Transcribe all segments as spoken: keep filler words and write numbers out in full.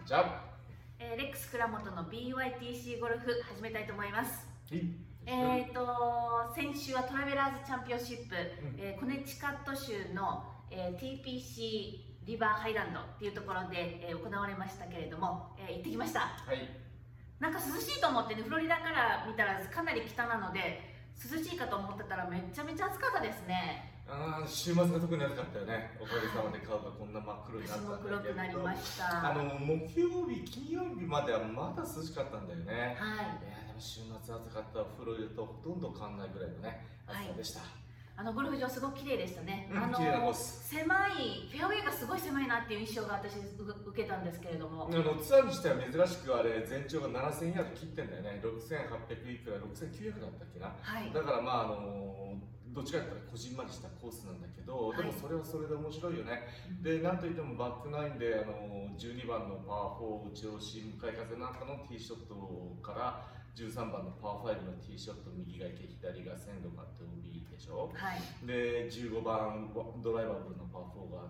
じゃあ、 えー、レックス倉本の ビーワイティーシー ゴルフ始めたいと思います。 はい、 えーと先週はトラベラーズチャンピオンシップ、 うんえー、コネチカット州の、えー、ティーピーシー リバーハイランドっていうところで、えー、行われましたけれども、えー、行ってきました。 はい、 なんか涼しいと思ってね、フロリダから見たらかなり北なので涼しいかと思ってたらめちゃめちゃ暑かったですね。 あー週末が特に暑かったよね。おかげさまで顔がこんな真っ黒になったんだけど、 私も黒くなりました。 あの木曜日、金曜日まではまだ涼しかったんだよね。 はい。 いやでも週末暑かった。フロリダとほとんど変わんないぐらいのね暑さでした。はい、 あのゴルフ場すごく綺麗でしたね。 うん、 あの綺麗なコース。 狭いフェアウェイがすごい狭いなっていう印象が私受けたんですけれども、 あのツアーにしては珍しくあれ全長がななせんヤード切ってんだよね。ろくせんはっぴゃくいくらろくせんきゅうひゃくだったっけな。 はい、 だからまああのどっちかって言ったらこじんまりしたコースなんだけど、でもそれはそれで面白いよね。はい、でなんといってもバックナインであのじゅうにばんのパーフォー打ち下ろし向かい風なんかのティーショットからじゅうさんばんのパーファイブのティーショット、右が池左が線路があって オービー でしょ。 はい、 でじゅうごばんドライバブルのパーフォーがあって、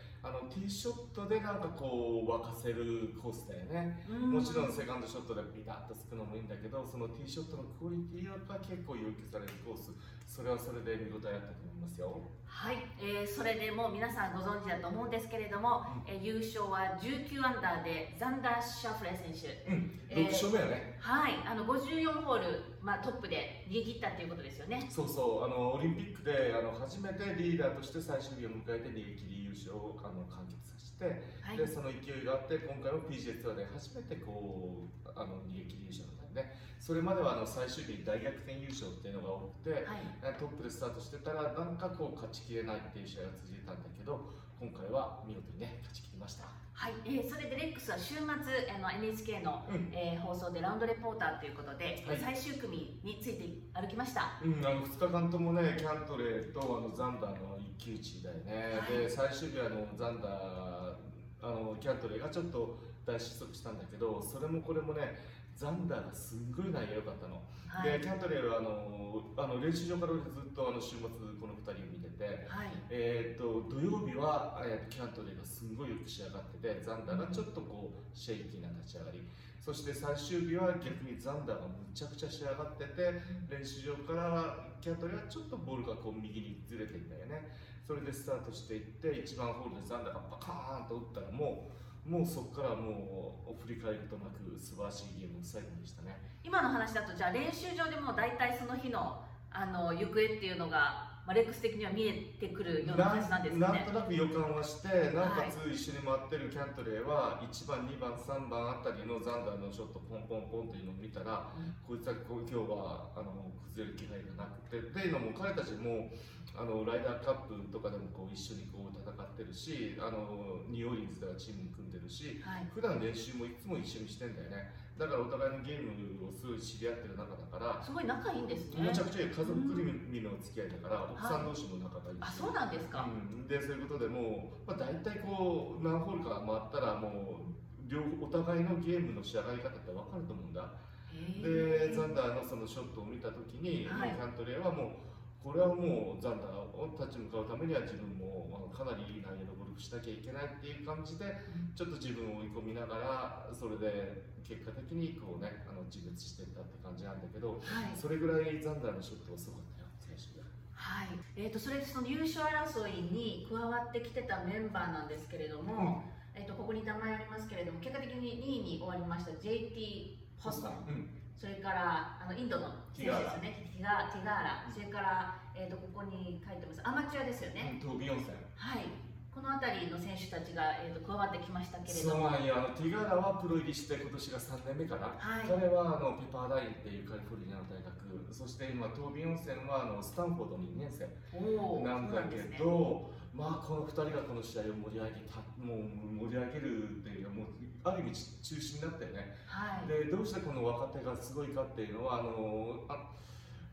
あのティーショットでなんかこう沸かせるコースだよね。もちろんセカンドショットでビタッとつくのもいいんだけど、そのティーショットのクオリティが結構要求されるコース、それはそれで見応えあったと思いますよ。 はい、えー、それでもう皆さんご存知だと思うんですけれども、うん、えー、優勝はじゅうきゅうアンダーでザンダー・シャフレー選手、 うん、ろく勝目やね。 はい、あのごじゅうよんホール、まあ、トップで逃げ切ったっていうことですよね。 そうそう、あのオリンピックであの初めてリーダーとして最終日を迎えて逃げ切り優勝をあの完結させて、はい、でその勢いがあって今回も ピージェー ツアーで初めてこうあの逃げ切り優勝なんだよね。それまではあの最終日に大逆転優勝っていうのが多くて、はい、トップでスタートしてたらなんかこう勝ちきれないっていう試合が続いてたんだけど、今回は見事にね勝ちきりました。 はい、えー、それでレックスは週末あの エヌエイチケー の、うん、えー、放送でラウンドレポーターということで、はい、最終組について歩きました。 うん、あのふつかかんともねキャントレーとあのザンダーの一騎打ちだよね。はい、で最終日はあのザンダーあのキャントレーがちょっと大失速したんだけど、それもこれもねザンダーがすんごい内容良かったの。はい、でキャントレーはあのあの練習場からずっとあの週末このふたりを見てて、はい、えー、と土曜日は、えー、キャントレーがすんごいよく仕上がってて、ザンダーがちょっとこうシェイキーな立ち上がり、そして最終日は逆にザンダーがむちゃくちゃ仕上がってて、練習場からキャントレーはちょっとボールがこう右にずれてんだよね。それでスタートしていっていちばんホールでザンダーがバカーンと打ったらもうもうそこからもう振り返ることなく素晴らしいゲームの最後でしたね。 今の話だとじゃあ練習場でもう大体その日のあの行方っていうのが、まあ、レックス的には見えてくるような感じなんですね。 な, なんとなく予感はして、なおかつ一緒に回ってるキャントレーはいちばんにばんさんばんあたりのザンダーのショットポンポンポンというのを見たら、うん、こいつは今日はあの崩れる気配がなくてっていうのも、彼たちもあのライダーカップとかでもこう一緒にこう戦ってるし、あのニューオーリンズではチームに組んでるし、はい、普段練習もいつも一緒にしてんだよね。だからお互いのゲームをすごい知り合ってる仲だからすごい仲いいんですね。 めちゃくちゃ家族ぐるみの付き合いだから、奥さん同士も仲がいいし、 はい、あ、そうなんですか。 うん、でそういうことでもう、まあ、大体こう何ホールか回ったらもう両お互いのゲームの仕上がり方って分かると思うんだ。でザンダーのそのショットを見た時に、はい、キャントレーはもうこれはもうザンダーを立ち向かうためには自分もかなりいい内容のゴルフしなきゃいけないっていう感じで、ちょっと自分を追い込みながら、それで結果的にこうねあの自滅していったって感じなんだけど、はい、それぐらいザンダーのショットはすごかったよ最初が。 はい、えー、とそれでその優勝争いに加わってきてたメンバーなんですけれども、うん、えー、とここに名前ありますけれども、結果的ににいに終わりました ジェイティー ホストン、うん、それからあのインドの選手ですよね、ティガーラ、それから、えー、とここに書いてますアマチュアですよね、 うん、トービヨンセン、 はい、この辺りの選手たちが、えー、と加わってきましたけれども、 そうなんや、あのティガーラはプロ入りして今年がさんねんめかな、はい、彼はあのペパーラインっていうカリフォルニアの大学、そして今トービヨンセンはあのスタンフォードにねん生なんだけど、ね、まあこのふたりがこの試合を盛り上げた、もう盛り上げるっていうもうある意味中心になったよね。はい、でどうしてこの若手がすごいかっていうのはあのあ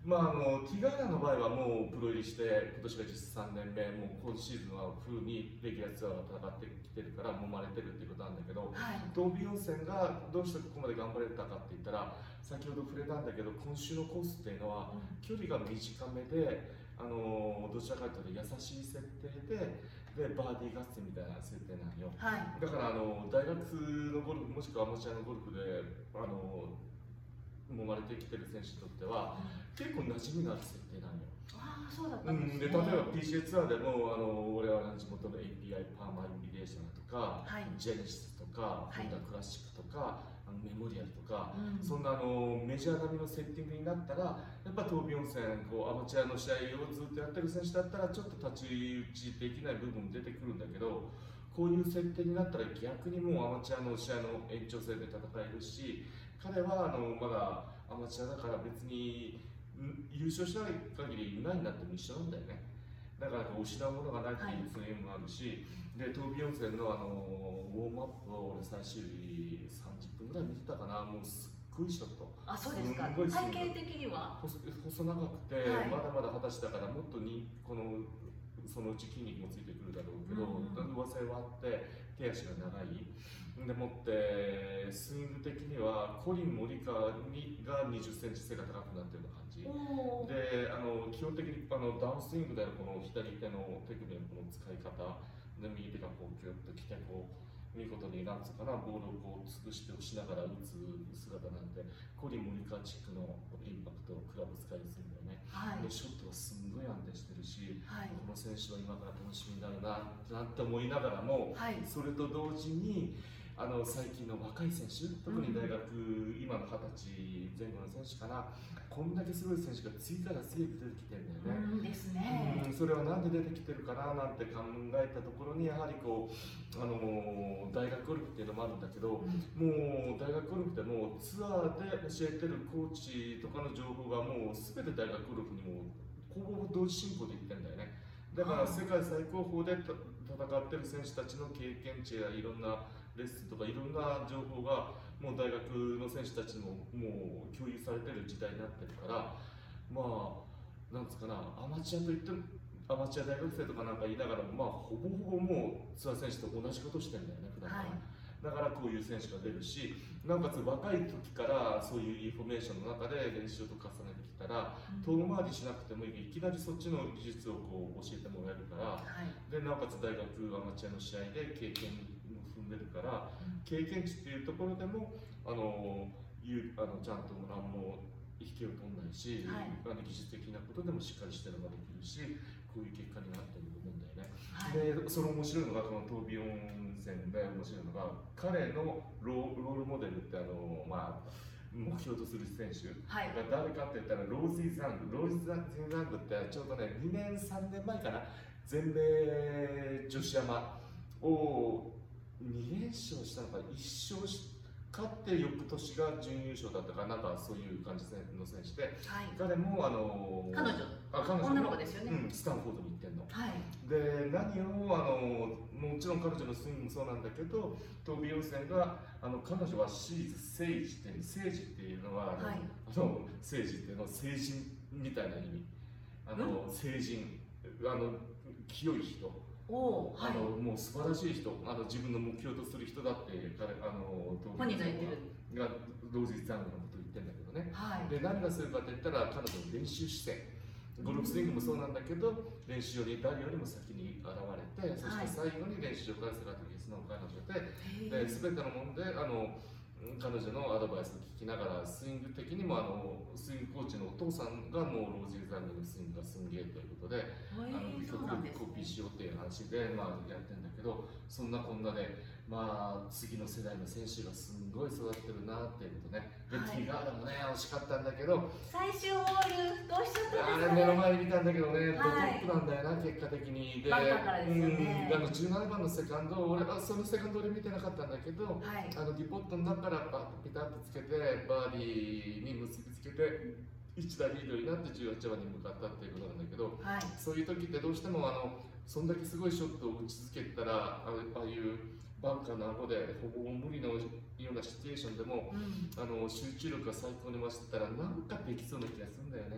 まあ、あのティガーナの場合はもうプロ入りして今年が実質さんねんめ、もう今シーズンはフルにレギュラーツアーが戦ってきてるから揉まれてるっていうことなんだけど、 はい、 トービー温泉がどうしてここまで頑張れたかって言ったら、先ほど触れたんだけど今週のコースっていうのは距離が短めで、あのどちらかというと優しい設定ででバーディー合戦みたいな設定なんよ。 はい、 だからあの大学のゴルフもしくはアマチュアのゴルフであの揉まれてきてる選手にとっては結構馴染みのある設定なんよ。 ああ、そうだっうん、 たんですね。 で例えば ピージーエー ツアーでもあの俺は地元の エーピーアイ パーマインビデーションとか、 はい、 ジェネシスとか、 はい、 ホンダクラシックとか、あのメモリアルとか、 うん、 そんなあのメジャー並みのセッティングになったら、やっぱ東美温泉こうアマチュアの試合をずっとやってる選手だったらちょっと太刀打ちできない部分出てくるんだけど、こういう設定になったら逆にもうアマチュアの試合の延長戦で戦えるし、彼はあのまだアマチュアだから別に優勝しない限り何になっても一緒なんだよね。だからこう失うものがないっていう強みもあるし、はい、で東美温泉のあのウォームアップを俺最終日さんじゅっぷんぐらい見てたかな。もうすっごいショット。 あ、そうですか。体型的には細細長くて、はい、まだまだ二十歳だからもっとにこのそのうち筋肉もついてくるだろうけど、うん、噂はあって手足が長いでもってスイング的にはコリン・モリカにがにじゅっセンチ背が高くなってるような感じで、あの基本的にあのダウンスイングであるこの左手の手首のこの使い方で、右手がこうキュッときてこう見事になんつうかなボールをこう潰して押しながら打つ姿なんで、コリン・モリカチックのインパクトクラブ使いやすいんだよね。はい、でショットはすんごい安定してるし、はい、この選手は今から楽しみになるななんて思いながらも、はい、それと同時にあの最近の若い選手、特に大学、うん、今の二十歳前後の選手かな、こんだけすごい選手が次から次へ出てきてるんだよね。 うんですね、 うん、それはなんで出てきてるかななんて考えたところに、やはりこうあの大学ゴルフっていうのもあるんだけど、うん、もう大学ゴルフでもツアーで教えてるコーチとかの情報がもう全て大学ゴルフにもほぼ同時進行でいってるんだよね。だから世界最高峰で戦ってる選手たちの経験値やいろんなレッスンとかいろんな情報がもう大学の選手たちにももう共有されてる時代になってるから、まあなんつうかな、アマチュアといってもアマチュア大学生とかなんか言いながらも、まあほぼほぼもうツアー選手と同じことしてるんだよね普段から、はい、だからこういう選手が出るし、なおかつ若い時からそういうインフォメーションの中で練習と重ねてきたら、うん、遠回りしなくてもいい、いきなりそっちの技術をこう教えてもらえるから、はい、でなおかつ大学アマチュアの試合で経験も踏んでるから、うん、経験値っていうところでもあのあのちゃんと何も引けを取んないし、はい、あの技術的なことでもしっかりしてるのができるし、こういう結果になってると思うんだよね。はい、でその面白いのがこの東美温泉で面白いのが、彼のローロールモデルってあの、まあ、目標とする選手が誰かって言ったらローズィー・ザング。ローズィー・ザングってちょうどねにねんさんねんまえかな、全米女子アマをに連勝したのかいっ勝して勝って翌年が準優勝だったかなんかそういう感じの選手で、はい、彼もあの彼女あ彼女女の子ですよね、 うん、スタンフォードに行ってんの、 はい、 で何をあのもちろん彼女のスイングもそうなんだけど、東美温泉があの彼女はシーズセージってセージっていうのは、はい、あのセージっていうのは成人みたいな意味、あの、うん、成人あの清い人、おはい、あのもう素晴らしい人、あの自分の目標とする人だって彼あの本人が言ってるがローズィー・ザングのことを言ってるんだけどね、はい、で何がするかって言ったら彼女の練習姿勢、ゴルフスイングもそうなんだけど、練習より誰よりも先に現れて、そして最後に練習を返す姿にその彼女で、で全てのものであの彼女のアドバイスを聞きながら、スイング的にもあのスイングコーチのお父さんがもうローズィー・ザングのスイングがすんげえということで、あの極力コピーしようっていう話で、まあ、やってるんだけど、そんなこんなで、まあ、次の世代の選手がすんごい育ってるなっていうことね。で、はい、ティガーラもね惜しかったんだけど、 最終ホールどうしちゃったんですかね。 あれ目の前に見たんだけどね、はい、トップなんだよな結果的に。で、 バンカーからですよね。 うん、あのじゅうななばんのセカンド、俺はそのセカンド俺見てなかったんだけど、はい、あのディポットの中からパッとピタッとつけてバーディーに結びつけていちだリードになってじゅうはちばんに向かったっていうことなんだけど、はい、そういう時ってどうしてもあのそんだけすごいショットを打ち続けたら、ああいうバンカーの顎でほぼ無理のようなシチュエーションでも、うん、あの集中力が最高に増してたらなんかできそうな気がするんだよね。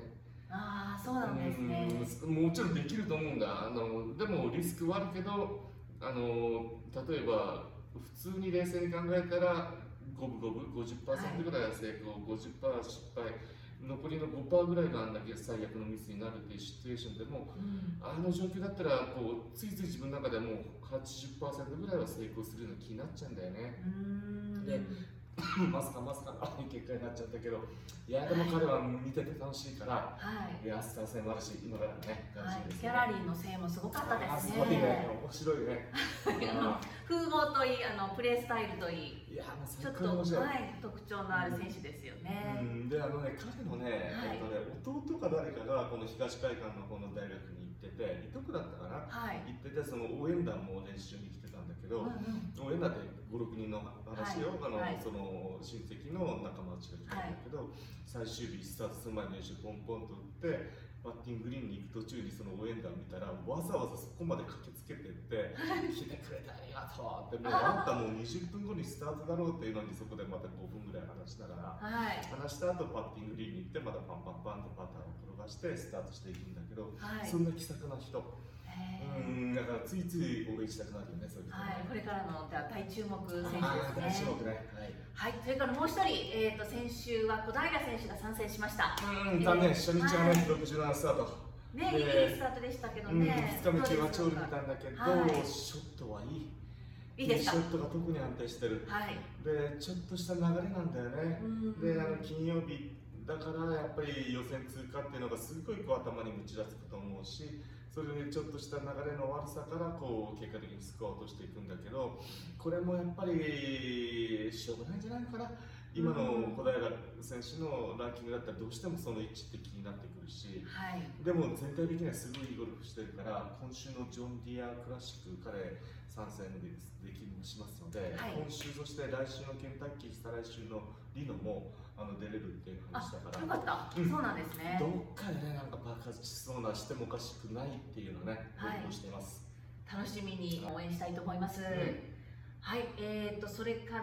ああ、そうなんですね。 うんもちろんできると思うんだ。あのでもリスクはあるけど、あの例えば普通に冷静に考えたら五分五分 ごじゅっパーセント ぐらいは成功、ごじゅっパーセント 失敗、残りの ごパーセント ぐらいがあんだけ最悪のミスになるっていうシチュエーションでも、うん、あの状況だったらこうついつい自分の中でもう はちじゅっパーセント ぐらいは成功するような気になっちゃうんだよね。うんでまさかまさかのああいう結果になっちゃったけど、いやでも彼は見てて楽しいから、はい、いやスター性もあるし今からね楽しいですね、 はい、ギャラリーのせいもすごかったですね。 すごいね、面白いね。 風貌といい、あのプレースタイルといい、 いやもうちょっと、はい、特徴のある選手ですよね。 うん、であのね彼のね、はい、えっとね弟か誰かがこの東海岸のこの大学に行ってて、いとこだったかな、はい、行っててその応援団も練習に来てたんだけど、うんうん、応援団ってご、ろくにんの話を、はい、あの、はい、その親戚の仲間内が来たんだけど、はい、最終日スタートする前に練習ポンポンと打ってバッティンググリーンに行く途中にその応援団見たらわざわざそこまで駆けつけてって来てくれてありがとうって、もうあんたもうにじゅっぷんごにスタートだろうっていうのにそこでまたごふんぐらい話しながら、はい、話した後パッティンググリーンに行ってまたパンパンパンとパターを転がしてスタートしていくんだけど、はい、そんな気さくな人、うんだからついつい応援したくなるよね、そういう人、 はい、これからのじゃ大注目選手ですね。 大注目ね、 はい、はい、それからもう一人、えー、と先週は小平選手が参戦しました。 うん残念、初日はね、ろくじゅうななスタートね、いいスタートでしたけどね、 ふつかめ中は調理見たんだけど、はい、ショットはいい。 いいですか。 ショットが特に安定してる。はい、で、ちょっとした流れなんだよね。で、あの金曜日だからやっぱり予選通過っていうのがすごいこう頭にむち出すと思うし、それでちょっとした流れの悪さからこう結果的にスコアを落としていくんだけど、これもやっぱりしょうがないんじゃないのかな。今の小平選手のランキングだったらどうしてもその位置って気になってくるし、はい、でも全体的にはすごいいいゴルフしてるから、今週のジョン・ディアクラシック彼参戦でできしますので、はい、今週そして来週のケンタッキー、再来週のリノもあの出れるっていう話だから、 よかった、うん、そうなんですね。 どっかでねなんか爆発しそうなしてもおかしくないっていうのをね、はい、しています。 楽しみに応援したいと思います。うんはい、えーと、それから、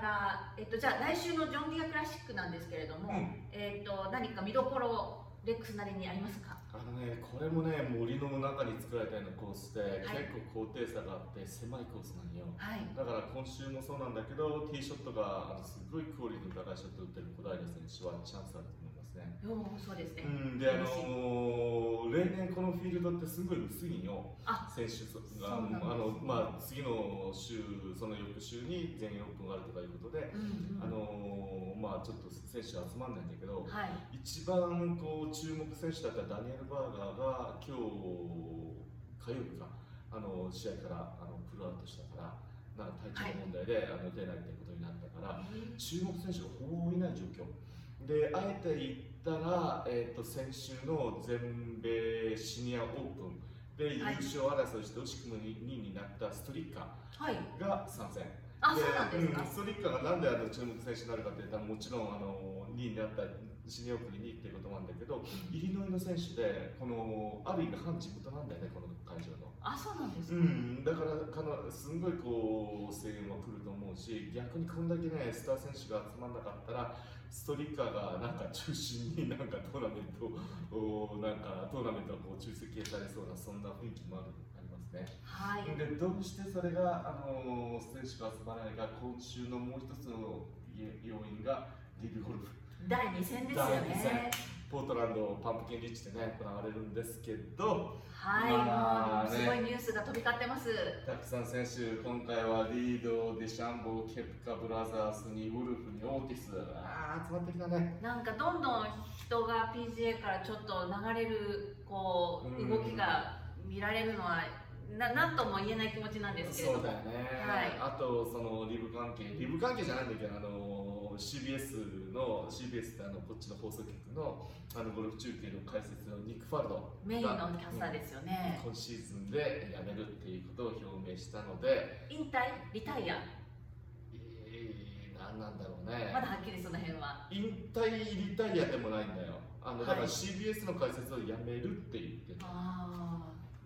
えーと、じゃあ来週のジョン・ディアクラシックなんですけれども、うん、えーと、何か見どころ、レックスなりにありますか？ あのね、これもね、森の中に作られたようなコースで、はい、結構高低差があって狭いコースなんよ、はい、だから今週もそうなんだけど、ティーショットがあのすごいクオリティの高いショットを打ってる小平選手はチャンスあると思いますね。 そうですね、 うん、で、あのー、例年このフィールドってすごい薄いんよ、選手が、あのまあ、次の週、その翌週に全英オープンがあるとかいうことで、うんうん、あのー、まあ、ちょっと選手集まんないんだけど、はい、一番こう注目選手だったダニエル・バーガーが今日火曜日かあの試合からあのプルアウトしたからなんか体調問題で、はい、あの出ないということになったから、注目選手がほぼいない状況で、あえて言ったら、えー、と先週の全米シニアオープンで優勝争いして惜しくもにいになったストリッカーが参戦、 はい、あ、そうなんですか。 うん、ストリッカーがなんであの注目選手になるかって言ったら、もちろんあのにいになったシニアオープンににいっていうことなんだけど、イリノイの選手でこのある意味半地元なんだよね、この会場の。 あ、そうなんですか。 うん、だからかなすんごいこう声援は来ると思うし、逆にこんだけねスター選手が集まらなかったらストリッカーがなんか中心になんかトーナメントをなんかトーナメントがこう中席されそうな、そんな雰囲気もあるありますね。はい。でどうしてそれがあの選手が集まらないか、今週のもう一つの要因がリブゴルフ。 だいに戦ですよね。 ポートランドパンプキンリッチでね行われるんですけど、 はい、まあね、もうすごいニュースが飛び交ってます。 たくさん選手、今回はリード、デシャンボー、ケプカブラザースにウルフにオーティス、あー集まってきたね。 なんかどんどん人が ピージーエー からちょっと流れるこう動きが見られるのはななんとも言えない気持ちなんですけれども。 そうだよね。はい、あとそのリブ関係、リブ関係じゃないんだけど、あの シービーエス の シービーエス ってあのこっちの放送局のあのゴルフ中継の解説のニック・ファルドメインのキャスターですよね、 うん、今シーズンで辞めるっていうことを表明したので、 引退リタイア、 えー、何なんだろうね、 まだはっきりその辺は引退リタイアでもないんだよ、あのだから シービーエス の解説を辞めるって言ってた、はい、 あじ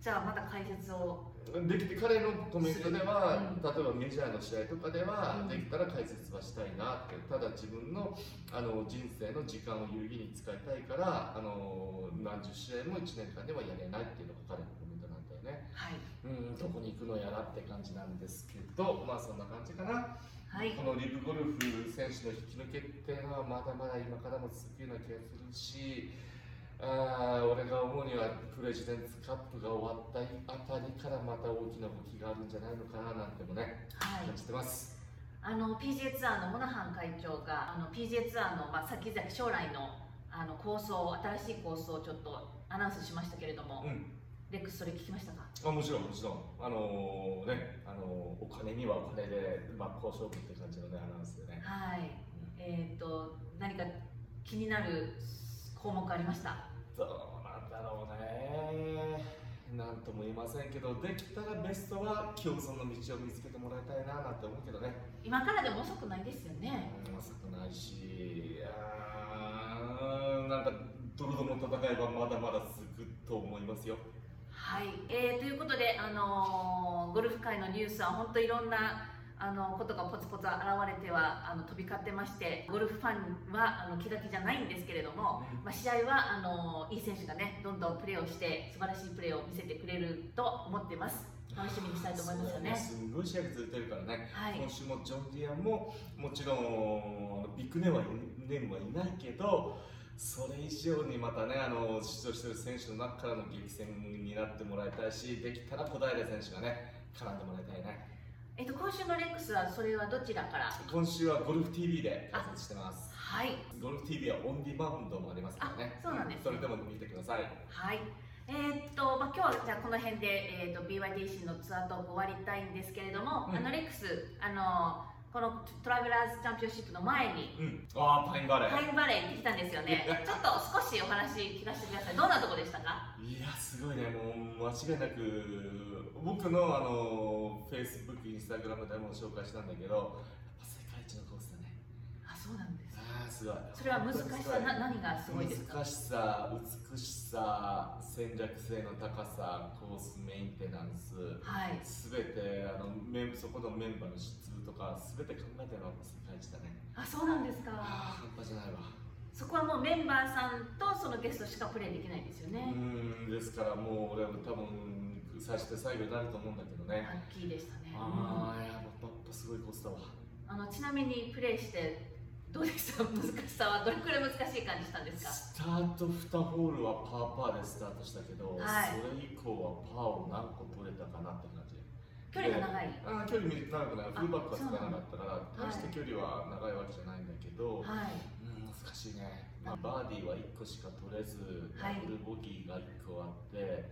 じゃあまた解説をできて、彼のコメントでは、 うん、 例えばメジャーの試合とかでは、 うん、 できたら解説はしたいなって、ただ自分のあの人生の時間を有意義に使いたいからあの何十試合もいちねんかんではやれないっていうのが彼のコメントなんだよね。 はい、 うん、どこに行くのやらって感じなんですけど、まあそんな感じかな。 はい、 このリブゴルフ選手の引き抜けっていうのはまだまだ今からも続くような気がするし、あ俺が思うにはプレジデンツカップが終わったあたりからまた大きな動きがあるんじゃないのかななんてもね、 はい、 感じてます。 あの ピージェー ツアーのモナハン会長があの ピージェー ツアーの、まあ、先々将来のあの構想、新しい構想をちょっとアナウンスしましたけれども、うん、レックスそれ聞きましたか？ あ、もちろんもちろん、あのー、ね、あのー、お金にはお金で真っ向勝負って感じのねアナウンスでね。 はい、うん、えっ、ー、と何か気になる項目ありました？ どうなんだろうね、なんとも言えませんけど、できたらベストは共存の道を見つけてもらいたいななんて思うけどね。 今からでも遅くないですよね。 うん、遅くないし、あなんかドロドロの戦いはまだまだ続くと思いますよ。 はい、えー、ということで、あのー、ゴルフ界のニュースは本当いろんなあのことがポツポツ現れてはあの飛び交ってまして、ゴルフファンはあの気が気じゃないんですけれども、うん、まあ、試合はあのいい選手がねどんどんプレーをして素晴らしいプレーを見せてくれると思ってます。楽しみにしたいと思いますよね。 すごい試合が続いてるからね、 はい、 今週もジョン・ディアンももちろんビッグネームはいないけど、それ以上にまたね、あの出場している選手の中からの激戦になってもらいたいし、できたら小平選手がね絡んでもらいたいね。 えっと、今週のレックスはそれはどちらから？ 今週はゴルフ ティービー で解説してます。 はい。 ゴルフ ティービー はオンディマウンドもありますからね。 そうなんです、ね、 それでも見てください。 はい。えー、っと、まあ、今日はじゃあこの辺で、えー、っと ビーワイティーシー のツアートーク終わりたいんですけれども、うん、あのレックス、あのこのトラベラーズチャンピオンシップの前に、 うん、あパインバレーパインバレー行ってきたんですよね。ちょっと少しお話聞かせてください。どんなとこでしたか？ いやすごいね、もう間違いなく僕のあの Facebook、Instagram でも紹介したんだけど、やっぱ世界一のコースだね。 あ、そうなんです。 あーすごい。 それは難しさ、な何がすごいですか？ 難しさ、美しさ、戦略性の高さ、コースメンテナンス、はい、すべてあのメンそこのメンバーの質とかすべて考えてるのが世界一だね。 あ、そうなんですか。 あ、半端じゃないわ。 そこはもうメンバーさんとそのゲストしかプレーできないんですよね。 うん、ですからもう俺は多分最初で最後になると思うんだけどね。 ラッキーでしたね。 ああ、やっぱすごいコースだわ。 あのちなみにプレーしてどうでした？難しさはどれくらい難しい感じしたんですか？ スタートにホールはパーパーでスタートしたけど、はい、それ以降はパーを何個取れたかなって感じ。 距離が長い？ あ、距離長くない。フルバックはつかなかったから大して距離は長いわけじゃないんだけど、はい、うん、難しいね。まあ、バーディーはいっこしか取れず、ダブルボギーがいっこあって、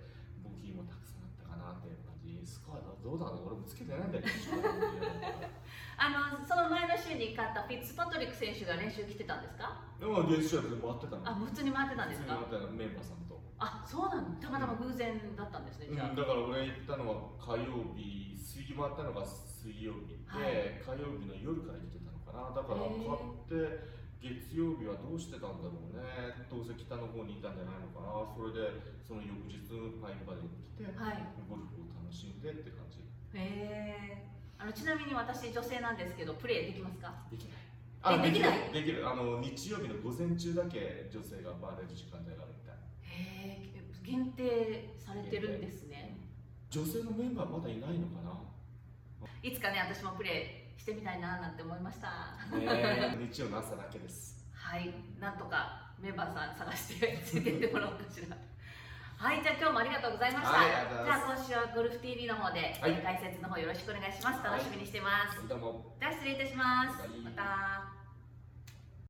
ボギーもたくさんあったかなっていう感じ。スコアどうだろう？俺もつけてないんだけどあのその前の週に勝ったフィッツパトリック選手が練習来てたんですか？ でも練習は回ってたの。 あ、普通に回ってたんですか？ 普通に回ってたメンバーさんと。 あ、そうなの。たまたま偶然だったんですね。 うん、じゃあ、うん、だから俺行ったのは火曜日、水回ったのが水曜日で、はい、火曜日の夜から来てたのかな。だから買って月曜日はどうしてたんだろうね。どうせ北の方にいたんじゃないのかな。それでその翌日パインバレーに来て、はい、ゴルフを楽しんでって感じ。 へえ。あのちなみに私女性なんですけどプレーできますか？ できない。 あ、できない。 できる。あの日曜日の午前中だけ女性が回れる時間帯があるみたい。 へえ。限定されてるんですね。 女性のメンバーまだいないのかな。 いつかね、私もプレーしてみたいななんて思いました。 ね、日曜の朝だけです。 はい、なんとかメンバーさん探してついてってもらおうかしら。はい、じゃあ今日もありがとうございました。はい、じゃあ今週はゴルフ ティービー の方で、はい、解説の方よろしくお願いします。楽しみにしてます。 どうも。 じゃあ失礼いたします。また。